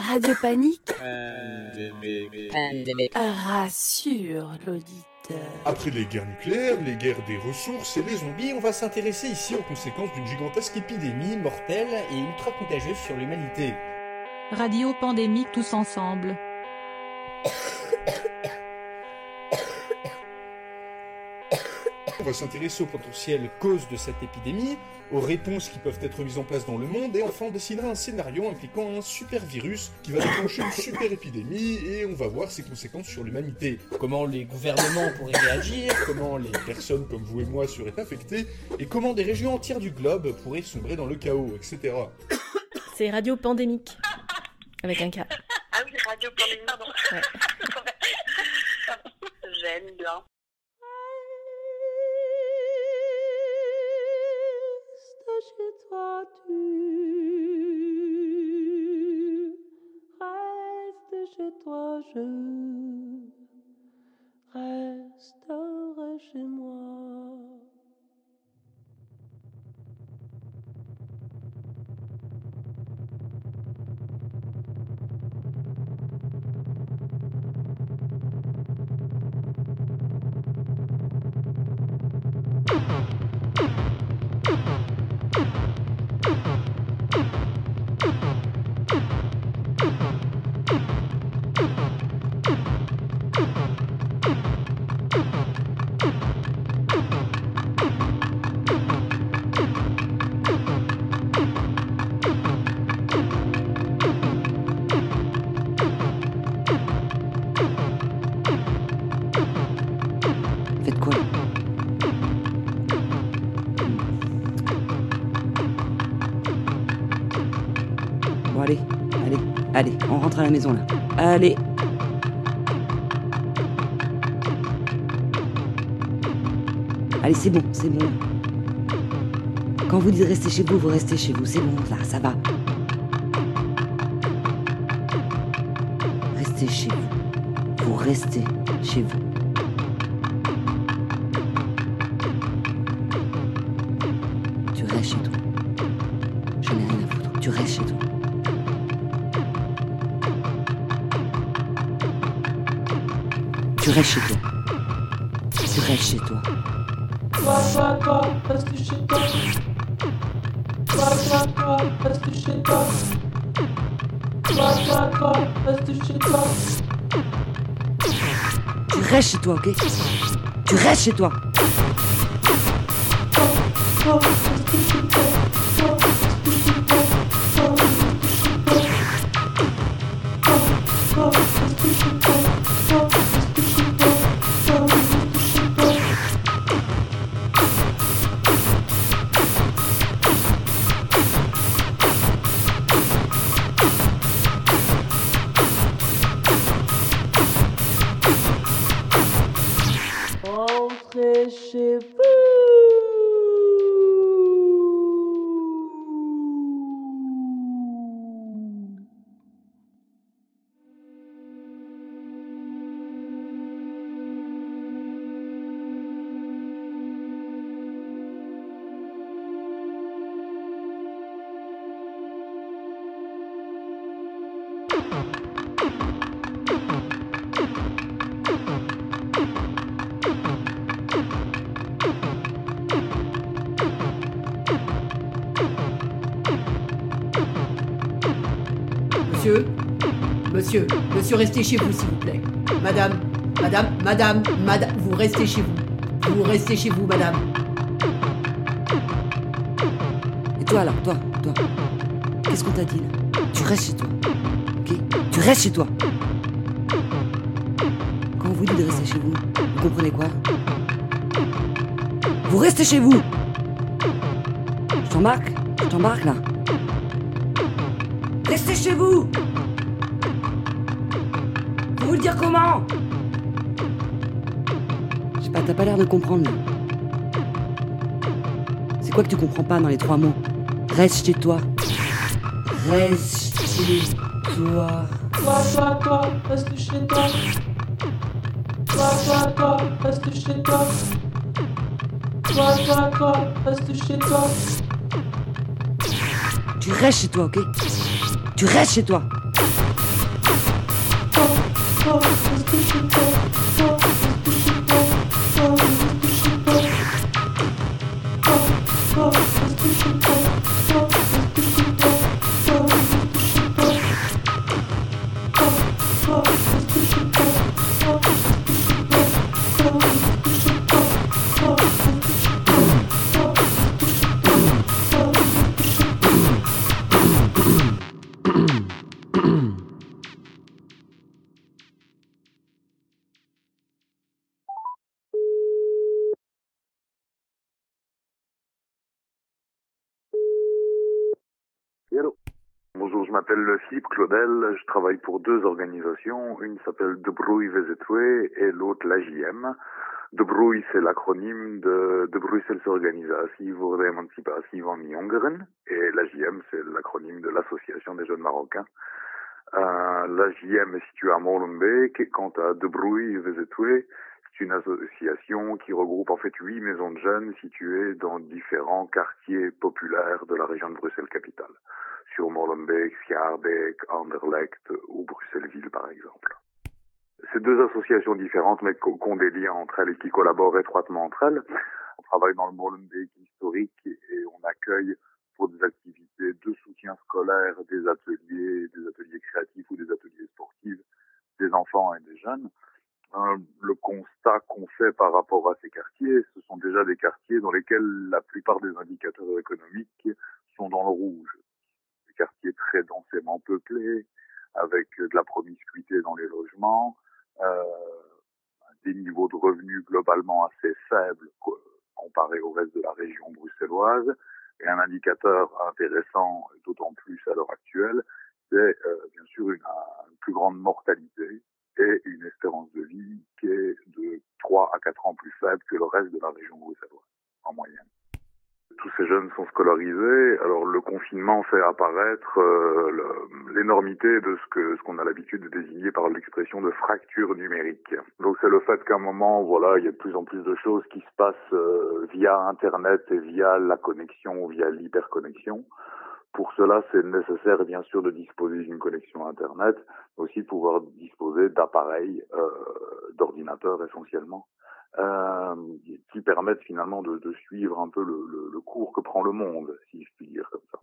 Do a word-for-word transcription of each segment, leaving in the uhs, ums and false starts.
Radio Panique Pandémie. rassure l'auditeur. Après les guerres nucléaires, les guerres des ressources et les zombies, on va s'intéresser ici aux conséquences d'une gigantesque épidémie mortelle et ultra contagieuse sur l'humanité. Radio Pandémie tous ensemble. On va s'intéresser aux potentielles causes de cette épidémie, aux réponses qui peuvent être mises en place dans le monde, et enfin on dessinera un scénario impliquant un super virus qui va déclencher une super épidémie, et on va voir ses conséquences sur l'humanité. Comment les gouvernements pourraient réagir, comment les personnes comme vous et moi seraient infectées, et comment des régions entières du globe pourraient sombrer dans le chaos, et cetera. C'est Radio Pandémique. Avec un K. Ah oui, Radio Pandémique, pardon. Ouais. J'aime bien. Reste chez toi, tu restes chez toi, je resterai chez moi. Faites quoi? Bon allez, allez, allez, on rentre à la maison là. Allez. Allez, c'est bon, c'est bon. Quand vous dites rester chez vous, vous restez chez vous, c'est bon, là, ça va. Restez chez vous. Vous restez chez vous. Tu restes chez toi. Je n'ai rien à foutre. Tu restes chez toi. Tu restes chez toi. Tu restes chez toi. Toi, toi, toi, reste chez toi. Toi, toi, toi, reste chez toi. Toi, toi, toi, reste chez toi. Tu restes chez toi, ok? Tu restes chez toi. Toi, reste chez toi. Toi, reste chez toi. Toi, reste chez toi. Toi, reste chez toi. Toi, reste chez toi. Toi, reste chez toi. Entrez chez vous. Monsieur, monsieur, monsieur, restez chez vous, s'il vous plaît. Madame, madame, madame, madame, vous restez chez vous. Vous restez chez vous, madame. Et toi alors, toi, toi. Qu'est-ce qu'on t'a dit là? Tu restes chez toi. Ok? Tu restes chez toi. Quand on vous dit de rester chez vous, vous comprenez quoi? Vous restez chez vous. Je t'embarque? Je t'embarque là. Restez chez vous. Faut vous le dire comment? Je sais pas, t'as pas l'air de comprendre là. C'est quoi que tu comprends pas dans les trois mots? Reste chez toi. Reste chez toi. Toi, toi, toi, reste chez toi. Toi, toi, toi, reste chez toi. Toi, toi, toi, reste chez toi. Tu restes chez toi, ok? Tu restes chez toi. Hello. Bonjour, je m'appelle Philippe Claudel, je travaille pour deux organisations, une s'appelle De Broei V Z W et l'autre l'A J M. De Broei, c'est l'acronyme de De Bruxelsorganisatie voor de Emancipatie van Jongeren, et l'A J M, c'est l'acronyme de l'Association des Jeunes Marocains. Euh, L'A J M est située à Molenbeek, quant à De Broei V Z W, c'est une association qui regroupe en fait huit maisons de jeunes situées dans différents quartiers populaires de la région de Bruxelles-Capitale, sur Molenbeek, Schaerbeek, Anderlecht ou Bruxelles-Ville par exemple. C'est deux associations différentes mais qui ont des liens entre elles et qui collaborent étroitement entre elles. On travaille dans le Molenbeek historique et on accueille pour des activités de soutien scolaire, des ateliers, des ateliers créatifs ou des ateliers sportifs, des enfants et des jeunes. Euh, le constat qu'on fait par rapport à ces quartiers, ce sont déjà des quartiers dans lesquels la plupart des indicateurs économiques sont dans le rouge. Des quartiers très densément peuplés, avec de la promiscuité dans les logements, euh, des niveaux de revenus globalement assez faibles comparés au reste de la région bruxelloise. Et un indicateur intéressant, d'autant plus à l'heure actuelle, c'est euh, bien sûr une, une plus grande mortalité et une espérance de vie qui est de trois à quatre ans plus faible que le reste de la région bruxelloise, en moyenne. Tous ces jeunes sont scolarisés, alors le confinement fait apparaître euh, l'énormité de ce que ce qu'on a l'habitude de désigner par l'expression de fracture numérique. Donc c'est le fait qu'à un moment, voilà, il y a de plus en plus de choses qui se passent euh, via Internet et via la connexion, via l'hyperconnexion. Pour cela, c'est nécessaire, bien sûr, de disposer d'une connexion Internet, mais aussi de pouvoir disposer d'appareils, euh, d'ordinateurs essentiellement, euh, qui permettent finalement de, de suivre un peu le, le, le cours que prend le monde, si je puis dire comme ça.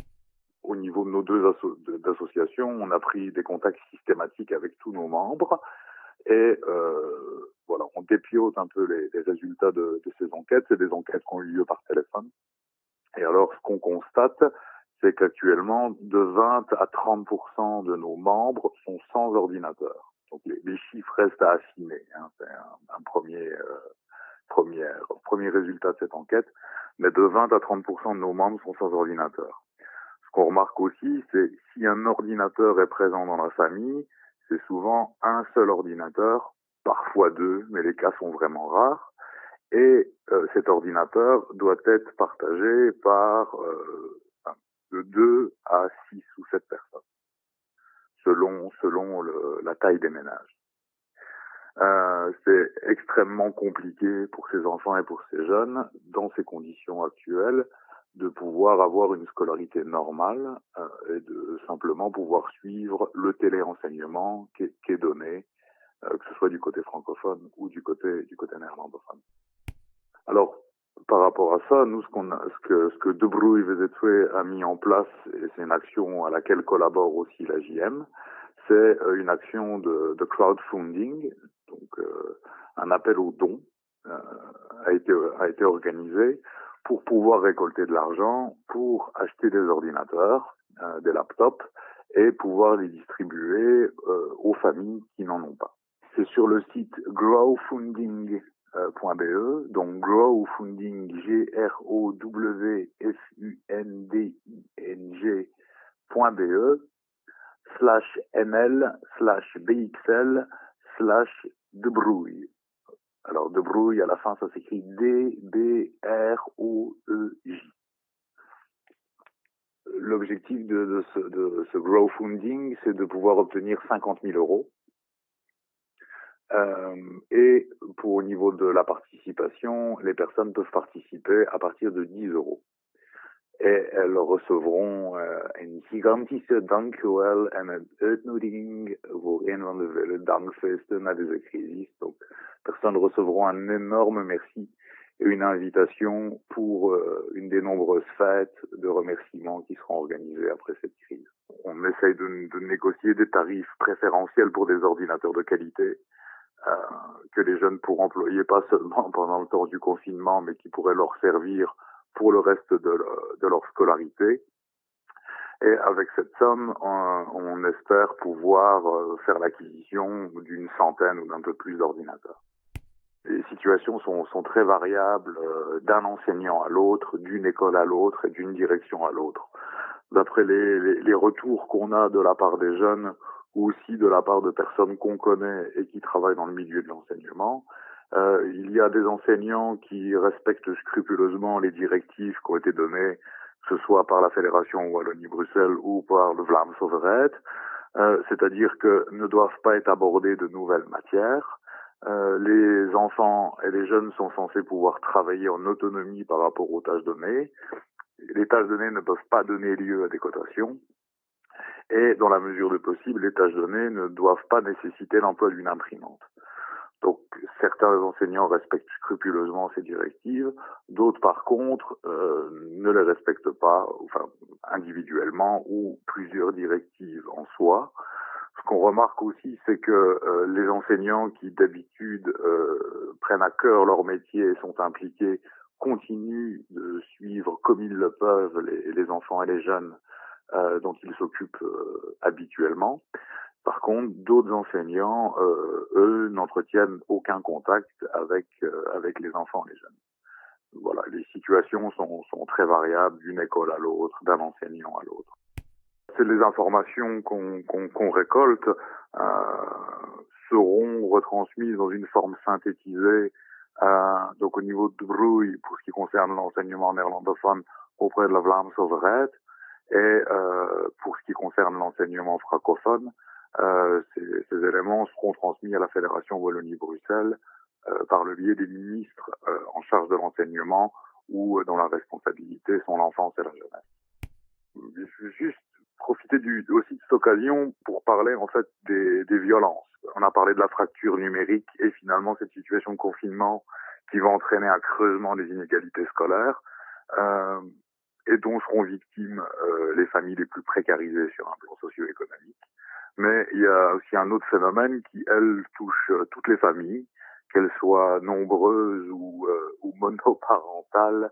Au niveau de nos deux asso- d'associations, on a pris des contacts systématiques avec tous nos membres et euh, voilà, on dépiote un peu les, les résultats de, de ces enquêtes. C'est des enquêtes qui ont eu lieu par téléphone. Et alors, ce qu'on constate, c'est qu'actuellement, de vingt à trente pour cent de nos membres sont sans ordinateur. Donc, les, les chiffres restent à affiner. Hein. C'est un, un premier, euh, premier, premier résultat de cette enquête. Mais de vingt à trente pour cent de nos membres sont sans ordinateur. Ce qu'on remarque aussi, c'est si un ordinateur est présent dans la famille, c'est souvent un seul ordinateur, parfois deux, mais les cas sont vraiment rares. Et euh, cet ordinateur doit être partagé par euh, de deux à six ou sept personnes, selon selon le, la taille des ménages. Euh, c'est extrêmement compliqué pour ces enfants et pour ces jeunes, dans ces conditions actuelles, de pouvoir avoir une scolarité normale euh, et de simplement pouvoir suivre le téléenseignement qui est, qui est donné, euh, que ce soit du côté francophone ou du côté du côté néerlandophone. Alors, par rapport à ça, nous, ce qu'on a, ce que, ce que De Broei V Z W a mis en place, et c'est une action à laquelle collabore aussi l'A J M, c'est euh, une action de, de crowdfunding, donc euh, un appel aux dons euh, a été a été organisé pour pouvoir récolter de l'argent pour acheter des ordinateurs, euh, des laptops et pouvoir les distribuer euh, aux familles qui n'en ont pas. C'est sur le site growfunding .be, donc growfunding, G R O W F U N D I N G .be, slash ml, slash bxl, slash De Broei. Alors, De Broei, à la fin, ça s'écrit D B R O E J. L'objectif de, de, ce, de ce crowdfunding, c'est de pouvoir obtenir cinquante mille euros. Euh, et pour au niveau de la participation, les personnes peuvent participer à partir de dix euros. Et elles recevront uh, een gigantische dankjewel en een uitnodiging voor een van de vele dankfeesten na deze crisis. Donc, personnes recevront un énorme merci et une invitation pour uh, une des nombreuses fêtes de remerciements qui seront organisées après cette crise. On essaye de, de négocier des tarifs préférentiels pour des ordinateurs de qualité euh, que les jeunes pourront employer pas seulement pendant le temps du confinement, mais qui pourraient leur servir pour le reste de, le, de leur scolarité. Et avec cette somme, on, on espère pouvoir euh, faire l'acquisition d'une centaine ou d'un peu plus d'ordinateurs. Les situations sont, sont très variables euh, d'un enseignant à l'autre, d'une école à l'autre et d'une direction à l'autre. D'après les, les, les retours qu'on a de la part des jeunes ou aussi de la part de personnes qu'on connaît et qui travaillent dans le milieu de l'enseignement, euh, il y a des enseignants qui respectent scrupuleusement les directives qui ont été données, que ce soit par la Fédération Wallonie-Bruxelles ou par le Vlaams Overheid, euh, c'est-à-dire que ne doivent pas être abordées de nouvelles matières. Euh, les enfants et les jeunes sont censés pouvoir travailler en autonomie par rapport aux tâches données. Les tâches données ne peuvent pas donner lieu à des cotations. Et dans la mesure du possible, les tâches données ne doivent pas nécessiter l'emploi d'une imprimante. Donc certains enseignants respectent scrupuleusement ces directives, d'autres par contre euh, ne les respectent pas, enfin individuellement ou plusieurs directives en soi. Ce qu'on remarque aussi, c'est que euh, les enseignants qui d'habitude euh, prennent à cœur leur métier et sont impliqués continuent de suivre comme ils le peuvent les, les enfants et les jeunes euh, dont ils s'occupent euh, habituellement. Par contre, d'autres enseignants, euh, eux, n'entretiennent aucun contact avec euh, avec les enfants et les jeunes. Voilà, les situations sont, sont très variables d'une école à l'autre, d'un enseignant à l'autre. C'est les informations qu'on qu'on, qu'on récolte euh, seront retransmises dans une forme synthétisée. Euh, donc au niveau de Broei, pour ce qui concerne l'enseignement néerlandophone auprès de la Vlaams Overheid, et euh, pour ce qui concerne l'enseignement francophone, euh, ces, ces éléments seront transmis à la Fédération Wallonie-Bruxelles euh, par le biais des ministres euh, en charge de l'enseignement ou euh, dont la responsabilité sont l'enfance et la jeunesse. Je veux juste profiter du, aussi de cette occasion pour parler en fait des, des violences. On a parlé de la fracture numérique et finalement cette situation de confinement qui va entraîner un creusement des inégalités scolaires euh, et dont seront victimes euh, les familles les plus précarisées sur un plan socio-économique. Mais il y a aussi un autre phénomène qui, elle, touche euh, toutes les familles, qu'elles soient nombreuses ou, euh, ou monoparentales,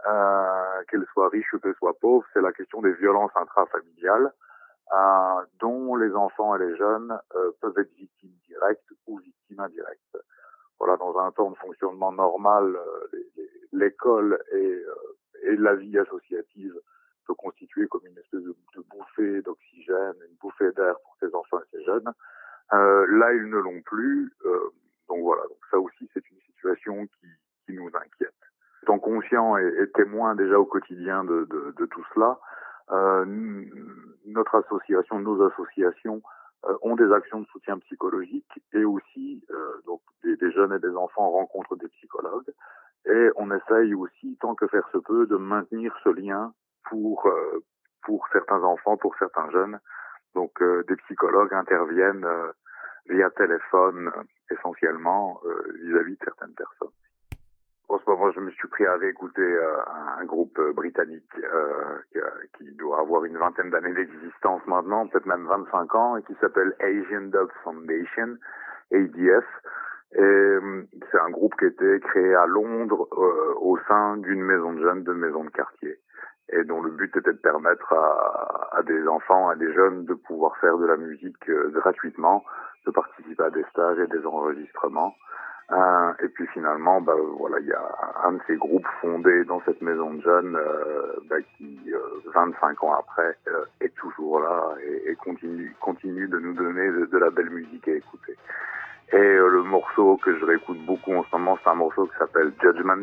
euh, qu'elles soient riches ou qu'elles soient pauvres, c'est la question des violences intrafamiliales, euh, dont les enfants et les jeunes euh, peuvent être victimes directes ou victimes indirectes. Voilà, dans un temps de fonctionnement normal, euh, les, les, l'école et, euh, et la vie associative peut constituer comme une espèce de, de bouffée d'oxygène, une bouffée d'air pour ces enfants et ces jeunes. Euh, là, ils ne l'ont plus. Euh, donc voilà, donc ça aussi, c'est une situation qui, qui nous inquiète. Étant conscient et, et témoin déjà au quotidien de, de, de tout cela, euh, notre association, nos associations euh, ont des actions de soutien psychologique et aussi euh, donc des, des jeunes et des enfants rencontrent des psychologues et on essaye aussi, tant que faire se peut, de maintenir ce lien pour euh, pour certains enfants, pour certains jeunes. Donc euh, des psychologues interviennent euh, via téléphone euh, essentiellement euh, vis-à-vis de certaines personnes. En ce moment, je me suis pris à réécouter euh, un groupe euh, britannique euh, qui, qui doit avoir une vingtaine d'années d'existence maintenant, peut-être même vingt-cinq ans, et qui s'appelle Asian Dove Foundation, A D F. Et euh, c'est un groupe qui a été créé à Londres euh, au sein d'une maison de jeunes, de maison de quartier, et dont le but était de permettre à, à des enfants, à des jeunes de pouvoir faire de la musique euh, gratuitement, de participer à des stages et des enregistrements. Euh, et puis finalement, bah voilà, il y a un de ces groupes fondés dans cette maison de jeunes euh, bah, qui, euh, vingt-cinq ans après, euh, est toujours là et, et continue, continue de nous donner de, de la belle musique à écouter. Et euh, le morceau que je réécoute beaucoup en ce moment, c'est un morceau qui s'appelle Judgment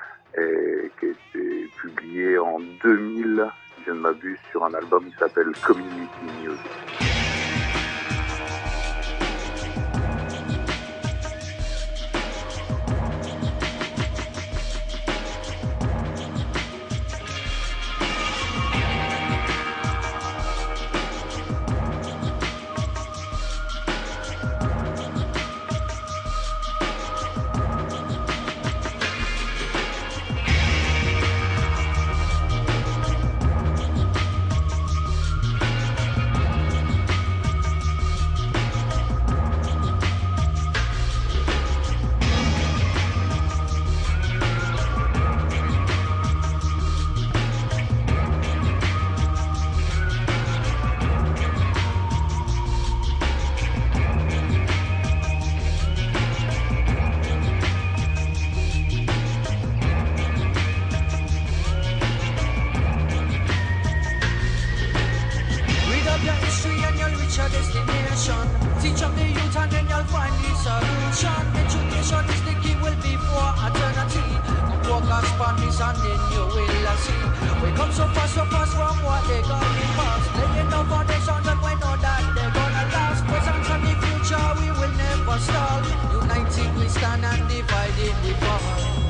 et qui a été publié en deux mille, si je ne m'abuse, sur un album qui s'appelle Community Music. your destination. Teach up the youth and then you'll find the solution. Education is the key, will be for eternity. Focus on this and then you will see. We come so fast, so fast from what they got in past. Laying no foundation that we know that they're gonna last. Present and the future, we will never stall. United we stand and divided we fall.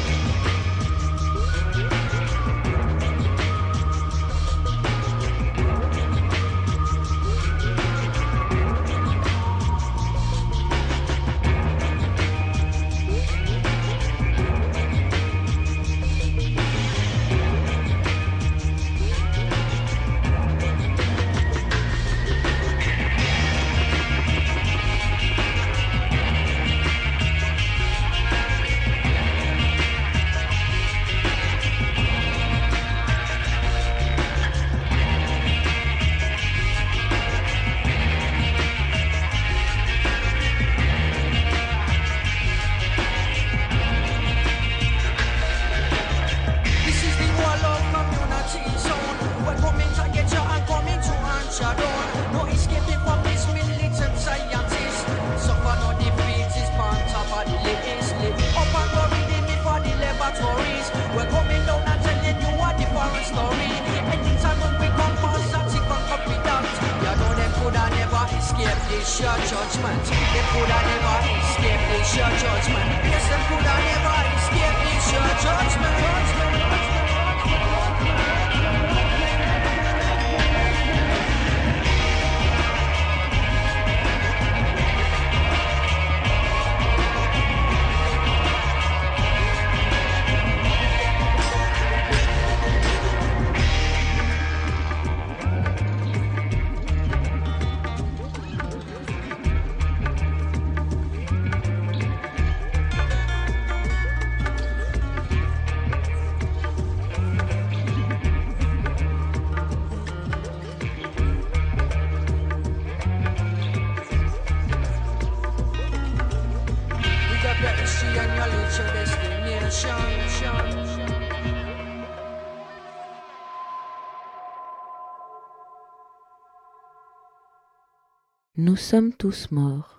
Nous sommes tous morts.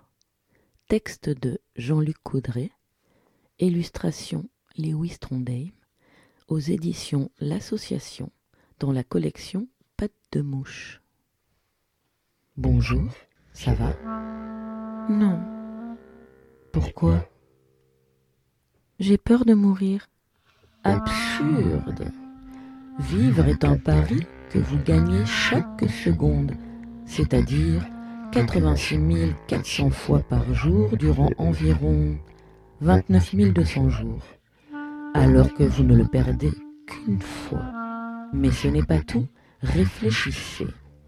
Texte de Jean-Luc Coudray. Illustration Lewis Trondheim. Aux éditions L'Association, dans la collection Pattes de mouche. Bonjour, ça va? Non. Pourquoi? J'ai peur de mourir. Absurde. Vivre est un pari que vous gagnez chaque seconde, c'est-à-dire quatre-vingt-six mille quatre cents fois par jour durant environ vingt-neuf mille deux cents jours, alors que vous ne le perdez qu'une fois. Mais ce n'est pas tout, réfléchissez.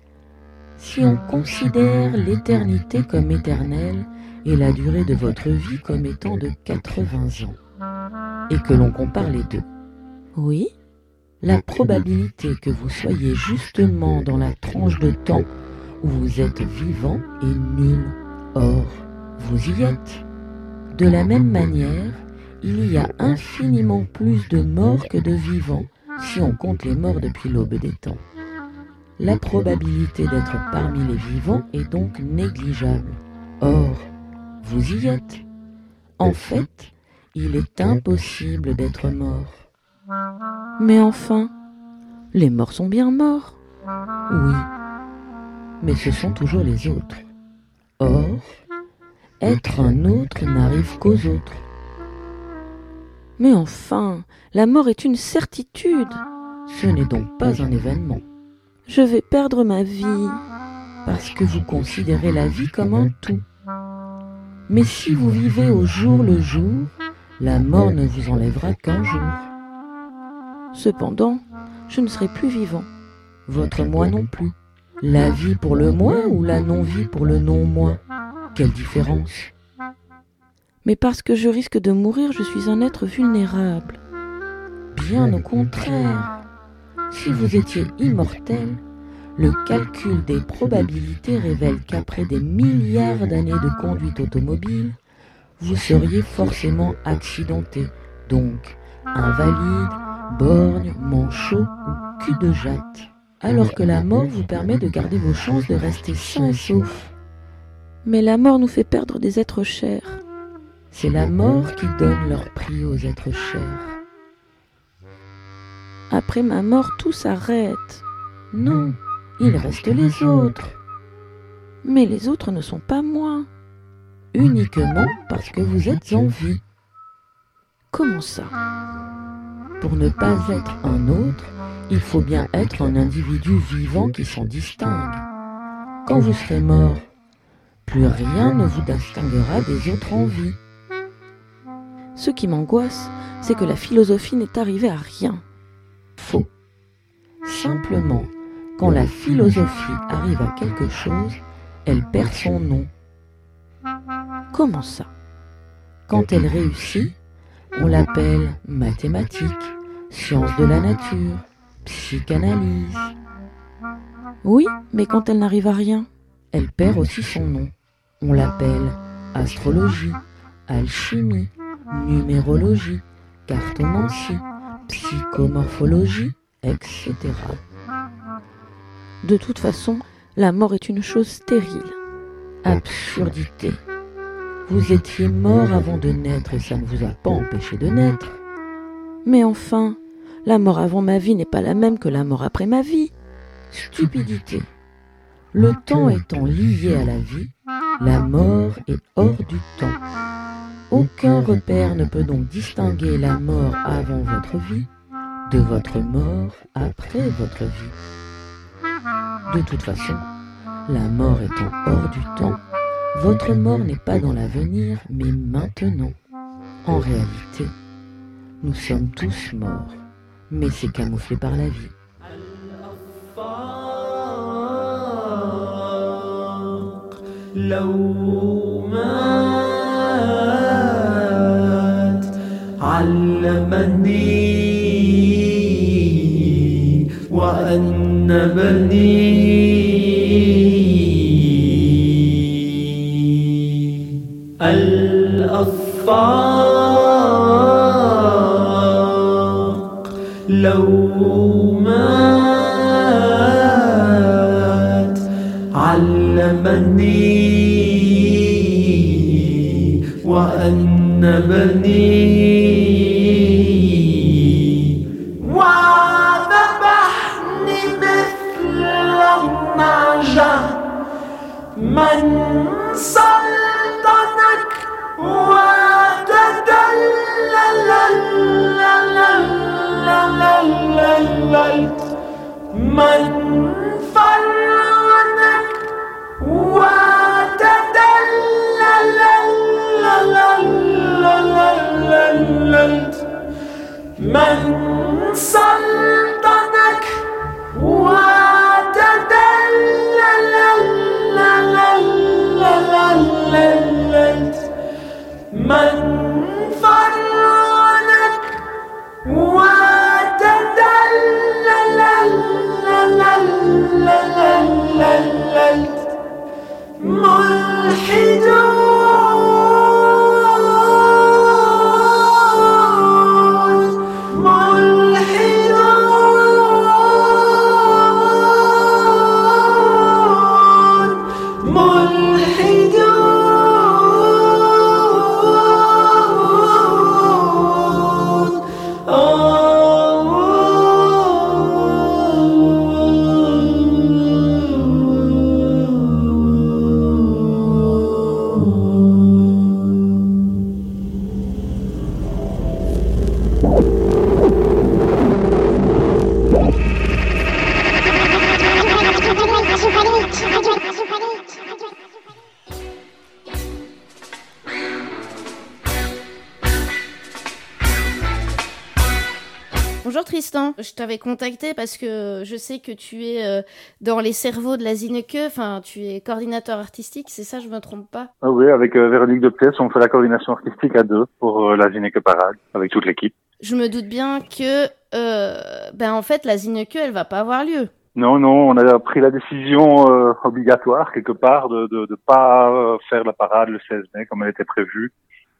Si on considère l'éternité comme éternelle et la durée de votre vie comme étant de quatre-vingts ans, et que l'on compare les deux, oui, la probabilité que vous soyez justement dans la tranche de temps où vous êtes vivant est nulle. Or, vous y êtes. De la même manière, il y a infiniment plus de morts que de vivants, si on compte les morts depuis l'aube des temps. La probabilité d'être parmi les vivants est donc négligeable. Or, vous y êtes. En fait, il est impossible d'être mort. Mais enfin, les morts sont bien morts. Oui. Mais ce sont toujours les autres. Or, être un autre n'arrive qu'aux autres. Mais enfin, la mort est une certitude. Ce n'est donc pas un événement. Je vais perdre ma vie, parce que vous considérez la vie comme un tout. Mais si vous vivez au jour le jour, la mort ne vous enlèvera qu'un jour. Cependant, je ne serai plus vivant. Votre moi non plus. La vie pour le moi ou la non-vie pour le non-moi? Quelle différence? Mais parce que je risque de mourir, je suis un être vulnérable. Bien au contraire. Si vous étiez immortel, le calcul des probabilités révèle qu'après des milliards d'années de conduite automobile, vous seriez forcément accidenté, donc invalide, borgne, manchot ou cul de jatte. alors que la mort vous permet de garder vos chances de rester sains et saufs. Mais la mort nous fait perdre des êtres chers. C'est la mort qui donne leur prix aux êtres chers. Après ma mort, tout s'arrête. Non, il reste les autres. Mais les autres ne sont pas moi. Uniquement parce que vous êtes en vie. Comment ça ? Pour ne pas être un autre, il faut bien être un individu vivant qui s'en distingue. Quand vous serez mort, plus rien ne vous distinguera des autres en vie. Ce qui m'angoisse, c'est que la philosophie n'est arrivée à rien. Faux. Simplement, quand la philosophie arrive à quelque chose, elle perd son nom. Comment ça ? Quand elle réussit, on l'appelle mathématiques, sciences de la nature, psychanalyse. Oui, mais quand elle n'arrive à rien, elle perd aussi son nom. On l'appelle astrologie, alchimie, numérologie, cartomancie, psychomorphologie, et cetera. De toute façon, la mort est une chose stérile. Absurdité. Vous étiez mort avant de naître et ça ne vous a pas empêché de naître. Mais enfin, la mort avant ma vie n'est pas la même que la mort après ma vie. Stupidité. Le temps étant lié à la vie, la mort est hors du temps. Aucun repère ne peut donc distinguer la mort avant votre vie de votre mort après votre vie. De toute façon, la mort étant hors du temps, votre mort n'est pas dans l'avenir, mais maintenant. En réalité, nous sommes tous morts, mais c'est camouflé par la vie. لو مات علمني وأنبني الأخفاق لو مات علمني وأنبني وذبحني مثل النعجة من سلطنك وتدللت من فرعنك وتدللت من سلطنك وتدللت من فرعنك وتدللت ملحدون ملحدون ملحدون Bonjour Tristan, je t'avais contacté parce que je sais que tu es euh, dans les cerveaux de la Zineke, enfin tu es coordinateur artistique, c'est ça, je me trompe pas? Ah oui, avec euh, Véronique Depièce, on fait la coordination artistique à deux pour euh, la Zineke Parade, avec toute l'équipe. Je me doute bien que, euh, ben en fait la Zineke elle va pas avoir lieu. Non, non, on a pris la décision euh, obligatoire quelque part de de, de pas euh, faire la parade le seize mai comme elle était prévue,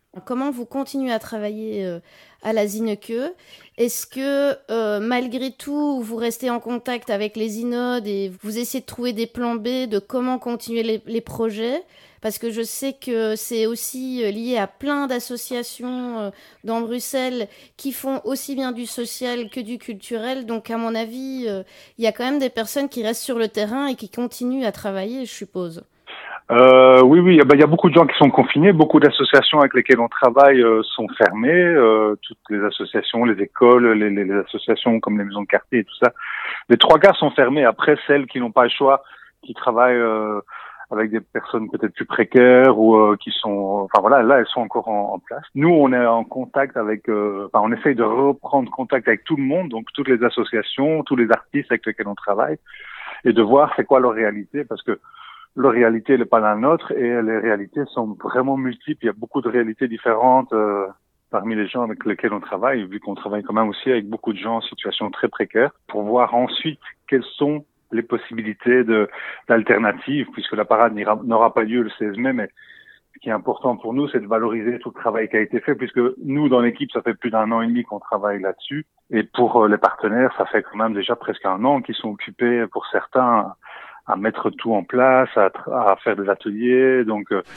Comment vous continuez à travailler euh, à la Zineke? Est-ce que euh, malgré tout, vous restez en contact avec les inodes et vous essayez de trouver des plans B de comment continuer les, les projets? Parce que je sais que c'est aussi lié à plein d'associations euh, dans Bruxelles qui font aussi bien du social que du culturel. Donc à mon avis, il euh, y a quand même des personnes qui restent sur le terrain et qui continuent à travailler, je suppose. Euh, oui, oui, il y, y a beaucoup de gens qui sont confinés, beaucoup d'associations avec lesquelles on travaille euh, sont fermées, euh, toutes les associations, les écoles, les, les, les associations comme les maisons de quartier et tout ça. Les trois quarts sont fermés. Après, celles qui n'ont pas le choix, qui travaillent euh, avec des personnes peut-être plus précaires ou euh, qui sont, enfin voilà, là elles sont encore en, en place. Nous, on est en contact avec, euh, enfin on essaye de reprendre contact avec tout le monde, donc toutes les associations, tous les artistes avec lesquels on travaille, et de voir c'est quoi leur réalité, parce que leur réalité n'est pas la nôtre et les réalités sont vraiment multiples. Il y a beaucoup de réalités différentes euh, parmi les gens avec lesquels on travaille, vu qu'on travaille quand même aussi avec beaucoup de gens en situation très précaire, pour voir ensuite quelles sont les possibilités de d'alternatives, puisque la parade n'aura pas lieu le seize mai, mais ce qui est important pour nous, c'est de valoriser tout le travail qui a été fait, puisque nous, dans l'équipe, ça fait plus d'un an et demi qu'on travaille là-dessus, et pour les partenaires, ça fait quand même déjà presque un an qu'ils sont occupés, pour certains, à mettre tout en place, à, à faire des ateliers, donc... Euh...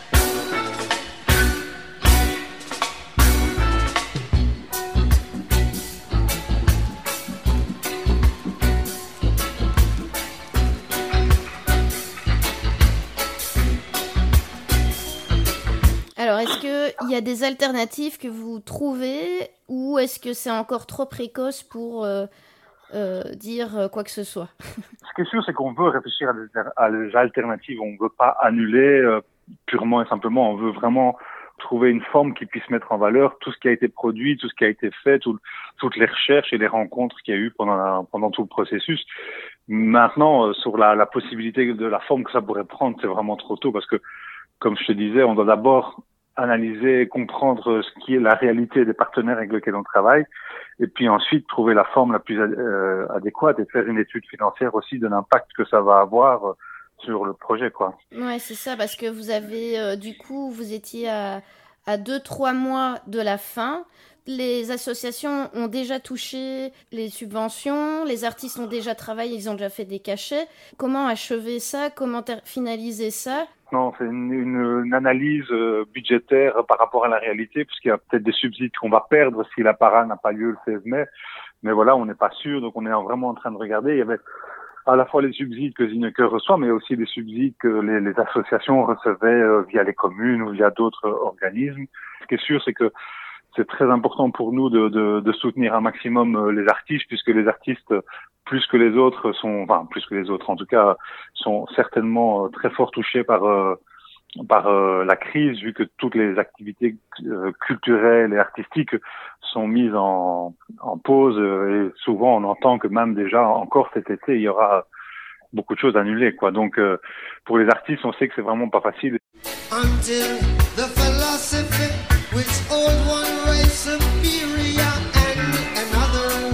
Alors, est-ce qu'il y a des alternatives que vous trouvez ou est-ce que c'est encore trop précoce pour euh, euh, dire quoi que ce soit? Ce qui est sûr, c'est qu'on veut réfléchir à des, à des alternatives. On ne veut pas annuler euh, purement et simplement. On veut vraiment trouver une forme qui puisse mettre en valeur tout ce qui a été produit, tout ce qui a été fait, tout, toutes les recherches et les rencontres qu'il y a eu pendant, la, pendant tout le processus. Maintenant, euh, sur la, la possibilité de la forme que ça pourrait prendre, c'est vraiment trop tôt parce que, comme je te disais, on doit d'abord analyser et comprendre ce qui est la réalité des partenaires avec lesquels on travaille et puis ensuite trouver la forme la plus euh, adéquate et faire une étude financière aussi de l'impact que ça va avoir sur le projet, quoi. Ouais, c'est ça, parce que vous avez, euh, du coup, vous étiez à, à deux, trois mois de la fin. Les associations ont déjà touché les subventions, les artistes ont déjà travaillé, ils ont déjà fait des cachets. Comment achever ça? Comment ter- finaliser ça? Non, c'est une, une, une analyse euh, budgétaire par rapport à la réalité, puisqu'il y a peut-être des subsides qu'on va perdre si la parade n'a pas lieu le seize mai. Mais voilà, on n'est pas sûr, donc on est vraiment en train de regarder. Il y avait à la fois les subsides que Zineke reçoit, mais aussi les subsides que les, les associations recevaient euh, via les communes ou via d'autres euh, organismes. Ce qui est sûr, c'est que c'est très important pour nous de, de, de soutenir un maximum euh, les artistes, puisque les artistes, plus que les autres, sont, enfin plus que les autres en tout cas, sont certainement euh, très fort touchés par euh, par euh, la crise, vu que toutes les activités euh, culturelles et artistiques sont mises en, en pause. Euh, et souvent, on entend que même déjà encore cet été, il y aura beaucoup de choses annulées, quoi. Donc, euh, pour les artistes, on sait que c'est vraiment pas facile. Until the philosophy which old one race superior and another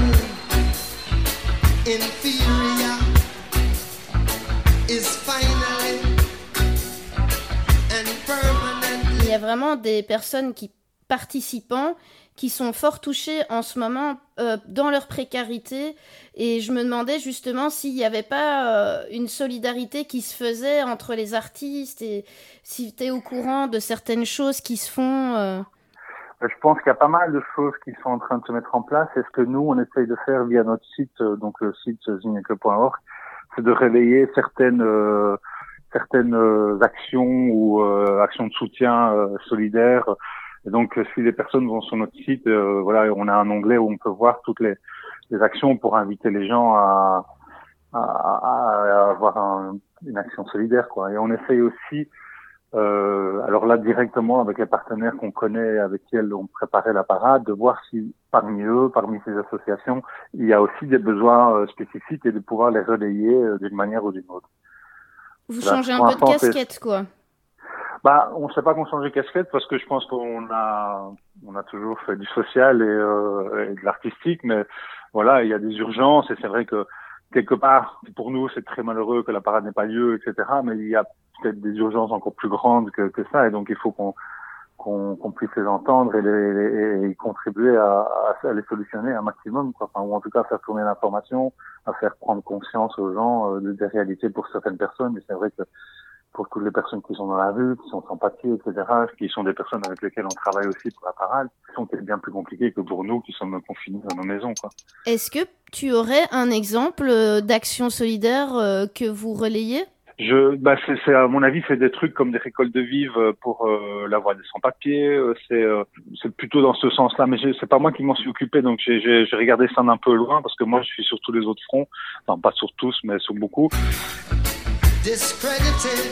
inferior is finally and permanently. Il y a vraiment des personnes qui participant qui sont fort touchés en ce moment euh, dans leur précarité et je me demandais justement s'il n'y avait pas euh, une solidarité qui se faisait entre les artistes et si tu es au courant de certaines choses qui se font. Euh... Je pense qu'il y a pas mal de choses qui sont en train de se mettre en place et ce que nous on essaye de faire via notre site, donc le site zineke point org, c'est de relayer certaines euh, certaines euh, actions ou euh, actions de soutien euh, solidaires. Et donc, si les personnes vont sur notre site, euh, voilà, on a un onglet où on peut voir toutes les, les actions pour inviter les gens à, à, à avoir un, une action solidaire, quoi. Et on essaye aussi, euh, alors là directement avec les partenaires qu'on connaît, avec lesquels on préparait la parade, de voir si parmi eux, parmi ces associations, il y a aussi des besoins euh, spécifiques et de pouvoir les relayer euh, d'une manière ou d'une autre. Vous là, changez un peu de casquette, quoi. Bah, on ne sait pas qu'on change de casquette parce que je pense qu'on a, on a toujours fait du social et, euh, et de l'artistique, mais voilà, il y a des urgences et c'est vrai que quelque part, pour nous, c'est très malheureux que la parade n'ait pas lieu, et cetera. Mais il y a peut-être des urgences encore plus grandes que, que ça et donc il faut qu'on, qu'on, qu'on puisse les entendre et, les, et, et contribuer à, à les solutionner un maximum, quoi. Enfin, ou en tout cas faire tourner l'information, à faire prendre conscience aux gens euh, des réalités pour certaines personnes. Et c'est vrai que pour toutes les personnes qui sont dans la rue, qui sont sans papier, et cetera, qui sont des personnes avec lesquelles on travaille aussi pour la parade, sont bien plus compliquées que pour nous qui sommes confinés dans nos maisons, quoi. Est-ce que tu aurais un exemple d'action solidaire euh, que vous relayez ? Je, bah, c'est, c'est, à mon avis, c'est des trucs comme des récoltes de vivres pour euh, la voie des sans-papiers. C'est, euh, c'est plutôt dans ce sens-là. Mais j'ai, c'est pas moi qui m'en suis occupé, donc j'ai, j'ai, j'ai regardé ça d'un peu loin parce que moi, je suis sur tous les autres fronts. Enfin, pas sur tous, mais sur beaucoup. Discredited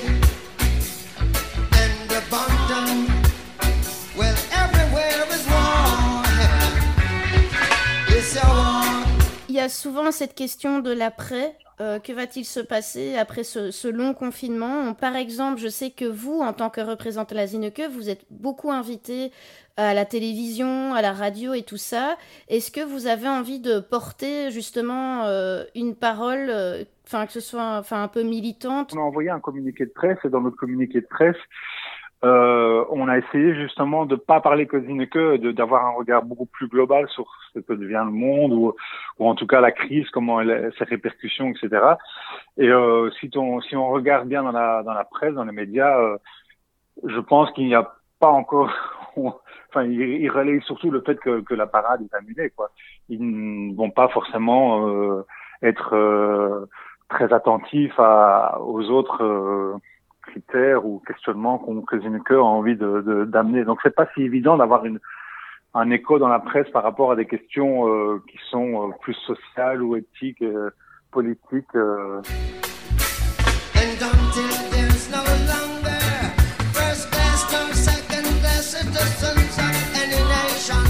and abandoned. Well, everywhere is war. It's a war. Il y a souvent cette question de l'après. Euh, que va-t-il se passer après ce, ce long confinement ? Par exemple, je sais que vous, en tant que représentant de la Zineke, vous êtes beaucoup invité à la télévision, à la radio et tout ça. Est-ce que vous avez envie de porter justement euh, une parole, enfin euh, que ce soit enfin un peu militante ? On a envoyé un communiqué de presse et dans notre communiqué de presse, Euh, on a essayé justement de pas parler que Zineke, de d'avoir un regard beaucoup plus global sur ce que devient le monde ou, ou en tout cas la crise, comment elle, ses répercussions, et cetera. Et euh, si on si on regarde bien dans la dans la presse, dans les médias, euh, je pense qu'il n'y a pas encore, enfin ils, ils relayent surtout le fait que que la parade est annulée, quoi. Ils ne vont pas forcément euh, être euh, très attentifs à aux autres. Euh, critères ou questionnements qu'on, que Zineke a envie de, de, d'amener. Donc c'est pas si évident d'avoir une, un écho dans la presse par rapport à des questions euh, qui sont euh, plus sociales ou éthiques, euh, politiques. Euh. And until there's no longer first class, no second class citizens of any nation,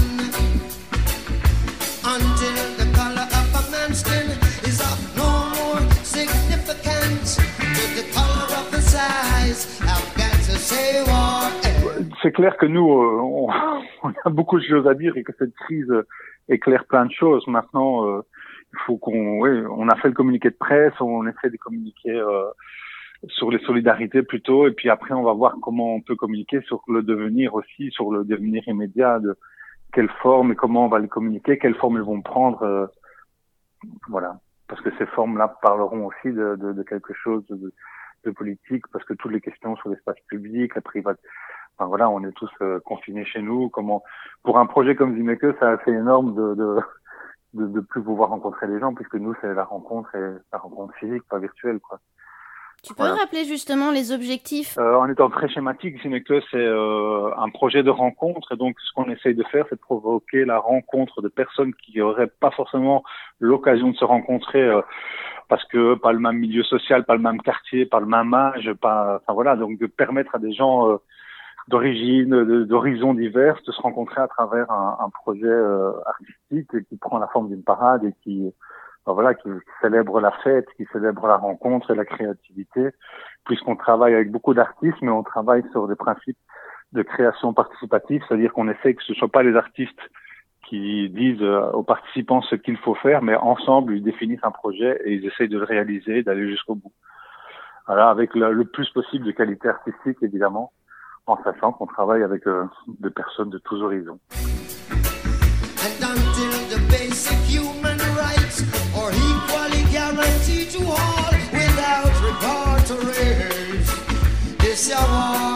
until the color of a man's skin is of no more significance to the color of the size, I've got to say war. C'est clair que nous, euh, on, on a beaucoup de choses à dire et que cette crise éclaire plein de choses. Maintenant, euh, il faut qu'on, oui, on a fait le communiqué de presse, on essaie de communiquer euh, sur les solidarités plutôt, et puis après on va voir comment on peut communiquer sur le devenir aussi, sur le devenir immédiat, de quelle forme et comment on va les communiquer, quelle forme ils vont prendre, euh, voilà, parce que ces formes-là parleront aussi de, de, de quelque chose de, de politique, parce que toutes les questions sur l'espace public, la private, enfin voilà, on est tous euh, confinés chez nous. Comment, pour un projet comme Zineke, c'est assez énorme de, de de de plus pouvoir rencontrer les gens, puisque nous c'est la rencontre et la rencontre physique, pas virtuelle, quoi. Tu peux voilà. rappeler justement les objectifs? euh, En étant très schématique, Zineke, c'est euh, un projet de rencontre, et donc ce qu'on essaye de faire, c'est de provoquer la rencontre de personnes qui auraient pas forcément l'occasion de se rencontrer, euh, parce que pas le même milieu social, pas le même quartier, pas le même âge, pas, enfin voilà, donc de permettre à des gens euh, d'origine, de, d'horizons divers, de se rencontrer à travers un, un projet euh, artistique qui prend la forme d'une parade et qui, ben voilà, qui célèbre la fête, qui célèbre la rencontre et la créativité, puisqu'on travaille avec beaucoup d'artistes, mais on travaille sur des principes de création participative, c'est-à-dire qu'on essaie que ce ne soit pas les artistes qui disent aux participants ce qu'il faut faire, mais ensemble, ils définissent un projet et ils essayent de le réaliser, d'aller jusqu'au bout. Voilà, avec le, le plus possible de qualité artistique, évidemment, en sachant qu'on travaille avec euh, des personnes de tous horizons. And until the basic human rights are equally guaranteed to all without regard to race, this is war.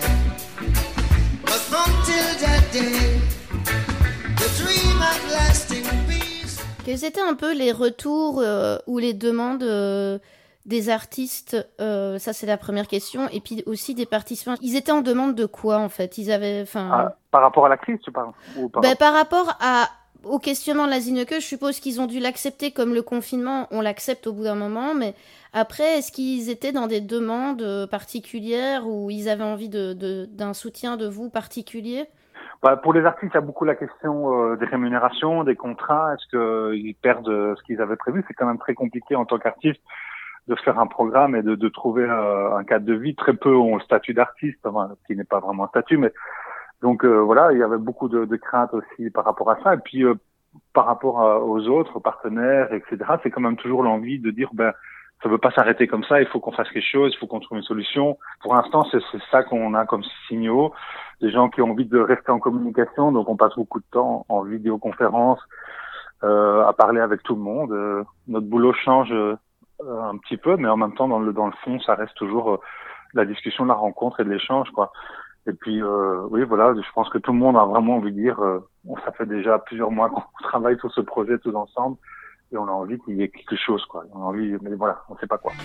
But until that day, the dream of lasting peace. Quels étaient un peu les retours euh, ou les demandes euh, des artistes, euh, ça c'est la première question, et puis aussi des participants. Ils étaient en demande de quoi en fait? Ils avaient, enfin. Ah, par rapport à la crise, tu parles ou par, ben, par rapport à au questionnement de la Zineke, je suppose qu'ils ont dû l'accepter comme le confinement. On l'accepte au bout d'un moment, mais après, est-ce qu'ils étaient dans des demandes particulières ou ils avaient envie de, de d'un soutien de vous particulier? Bah, pour les artistes, il y a beaucoup la question euh, des rémunérations, des contrats. Est-ce qu'ils perdent euh, ce qu'ils avaient prévu? C'est quand même très compliqué en tant qu'artiste de faire un programme et de, de trouver euh, un cadre de vie. Très peu ont le statut d'artiste, enfin, qui n'est pas vraiment un statut, mais donc euh, voilà, il y avait beaucoup de, de craintes aussi par rapport à ça. Et puis euh, par rapport à, aux autres partenaires, et cetera, c'est quand même toujours l'envie de dire, ben ça veut pas s'arrêter comme ça. Il faut qu'on fasse quelque chose, il faut qu'on trouve une solution. Pour l'instant, c'est, c'est ça qu'on a comme signaux. Des gens qui ont envie de rester en communication, donc on passe beaucoup de temps en vidéoconférence euh, à parler avec tout le monde. Euh, notre boulot change euh, un petit peu, mais en même temps, dans le dans le fond, ça reste toujours euh, la discussion, la rencontre et de l'échange, quoi. Et puis, euh, oui, voilà, je pense que tout le monde a vraiment envie de dire, euh, ça fait déjà plusieurs mois qu'on travaille sur ce projet tous ensemble, et on a envie qu'il y ait quelque chose, quoi. On a envie, mais voilà, on sait pas quoi.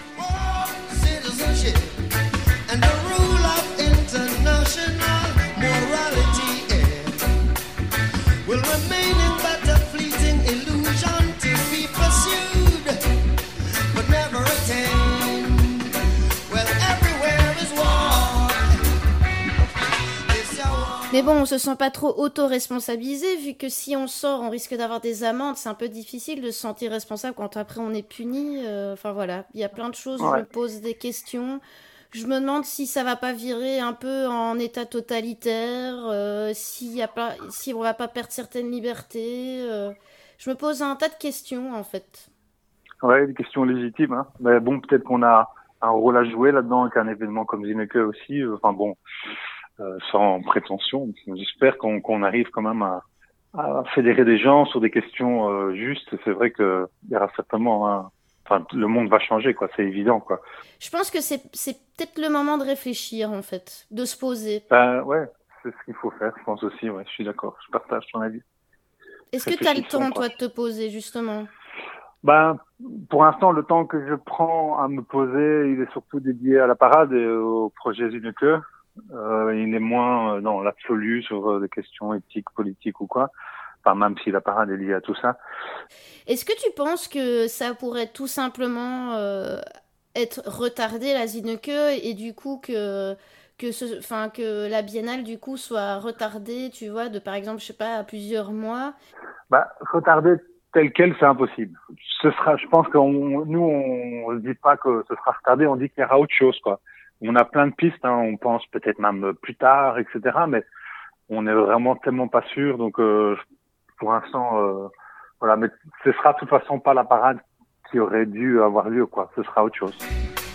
Mais bon, on se sent pas trop auto-responsabilisé, vu que si on sort, on risque d'avoir des amendes. C'est un peu difficile de se sentir responsable quand après on est puni. Euh, enfin voilà, il y a plein de choses, ouais. Je me pose des questions. Je me demande si ça va pas virer un peu en état totalitaire, euh, s'il y a pas, si on va pas perdre certaines libertés. Euh, je me pose un tas de questions, en fait. Ouais, des questions légitimes. Hein. Mais bon, peut-être qu'on a un rôle à jouer là-dedans, avec un événement comme Zinneke aussi. Enfin bon... Euh, sans prétention, j'espère qu'on, qu'on arrive quand même à, à fédérer des gens sur des questions euh, justes. C'est vrai que il y aura certainement, un... enfin, le monde va changer, quoi. C'est évident, quoi. Je pense que c'est, c'est peut-être le moment de réfléchir, en fait, de se poser. Ben ouais, c'est ce qu'il faut faire. Je pense aussi, ouais. Je suis d'accord. Je partage ton avis. Est-ce que tu as le temps, quoi. toi, de te poser, justement? Ben, pour l'instant, le temps que je prends à me poser, il est surtout dédié à la parade et au projet Zinneke. Euh, il est moins euh, dans l'absolu sur euh, des questions éthiques, politiques ou quoi. Enfin, même si la parade est liée à tout ça. Est-ce que tu penses que ça pourrait tout simplement euh, être retardé, la Zinneke, et du coup que que ce, enfin que la biennale du coup soit retardée, tu vois, de par exemple, je sais pas, à plusieurs mois? Bah, retardée telle quelle, c'est impossible. Ce sera, je pense qu'on, nous, on ne dit pas que ce sera retardé, on dit qu'il y aura autre chose, quoi. On a plein de pistes, hein, on pense peut-être même plus tard, et cetera. Mais on est vraiment tellement pas sûr, donc euh, pour l'instant, euh, voilà. Mais ce sera de toute façon pas la parade qui aurait dû avoir lieu, quoi. Ce sera autre chose.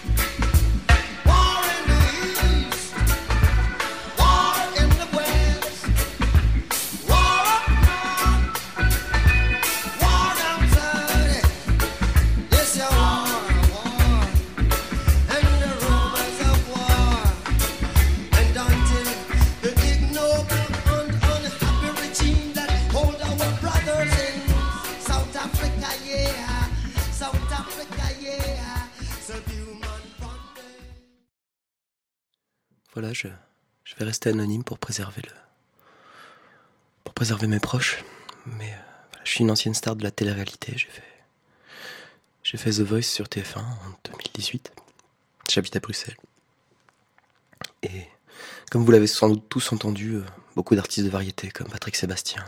Voilà, je, je vais rester anonyme pour préserver le, pour préserver mes proches. Mais euh, voilà, je suis une ancienne star de la télé-réalité. J'ai fait, j'ai fait The Voice sur T F un en deux mille dix-huit. J'habite à Bruxelles. Et comme vous l'avez sans doute tous entendu, euh, beaucoup d'artistes de variété comme Patrick Sébastien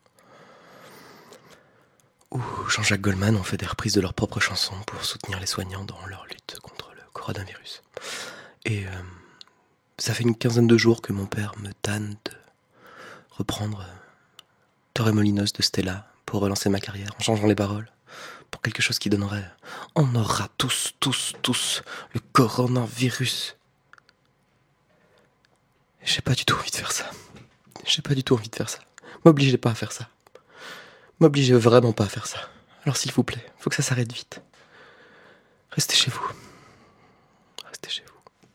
ou Jean-Jacques Goldman ont fait des reprises de leurs propres chansons pour soutenir les soignants dans leur lutte contre le coronavirus. Et euh, ça fait une quinzaine de jours que mon père me tanne de reprendre Torremolinos de Stella pour relancer ma carrière en changeant les paroles pour quelque chose qui donnerait « On aura tous, tous, tous le coronavirus ». J'ai pas du tout envie de faire ça. J'ai pas du tout envie de faire ça. M'obligez pas à faire ça. M'obligez vraiment pas à faire ça. Alors s'il vous plaît, faut que ça s'arrête vite. Restez chez vous. Restez chez vous.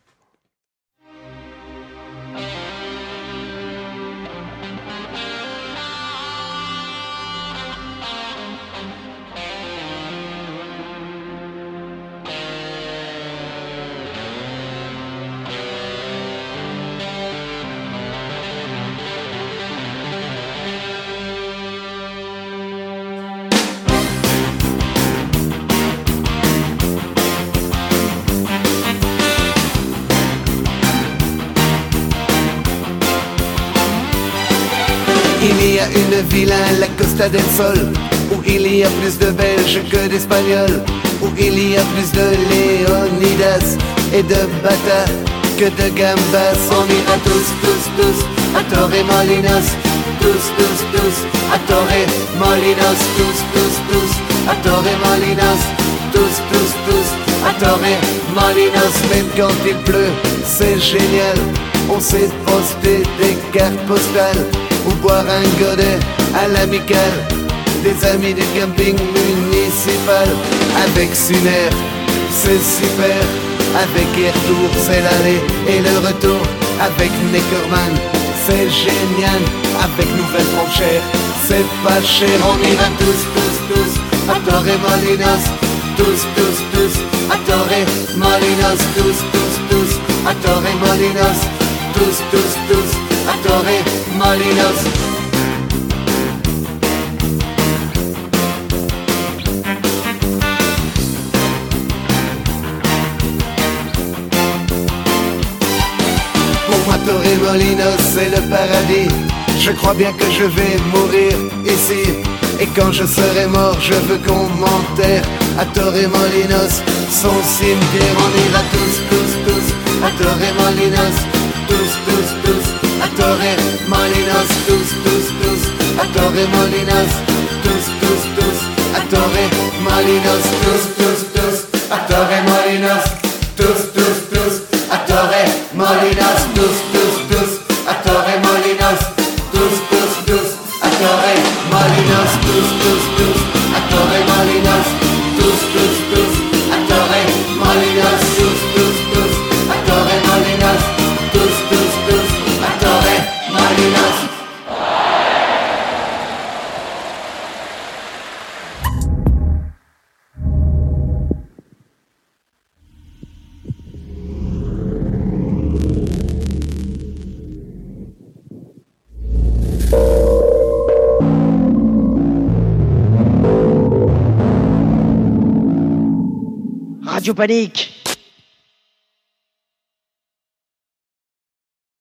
Il y a une ville à la Costa del Sol où il y a plus de Belges que d'Espagnols, où il y a plus de Léonidas et de Bata que de Gambas. On ira tous, tous, tous à Torremolinos, tous, tous, tous à Torremolinos, tous, tous, tous à Torremolinos, tous, tous, tous à Torre Molinos. Même quand il pleut, c'est génial. On sait poster des cartes postales ou boire un godet à l'amicale. Des amis du camping municipal. Avec Suner, c'est super. Avec Airtour, c'est l'aller et le retour. Avec Neckerman, c'est génial. Avec Nouvelle-Frontière, c'est pas cher. On ira tous, tous, tous à Torre Molinos. Tous, tous, tous à Torre Molinos. Tous, tous, tous à Torre Molinos. Tous, tous, tous à Torre Molinos. Pour moi Torre Molinos c'est le paradis. Je crois bien que je vais mourir ici. Et quand je serai mort je veux qu'on m'enterre à Torre Molinos. Son cimetière. On ira tous, tous, tous à Torre Molinos. Tous, tous, tous à Torre Molinos. Tous, tous, tous à Torre Molinos. Tous, tous, tous à Torre Molinos. Tous, tous, tous à Torre Molinos. Tous, tous, tous à Torre Molinos. Tous, tous, tous à Torre Molinos. Tous, tous, tous à Torre Molinos. Tous, tous, tous à Torre Molinos. Tous, tous, tous à Torre Molinos. Tous, tous, tous à Torre Molinos. Tous, tous, tous à Torre Molinos. Radio Panique!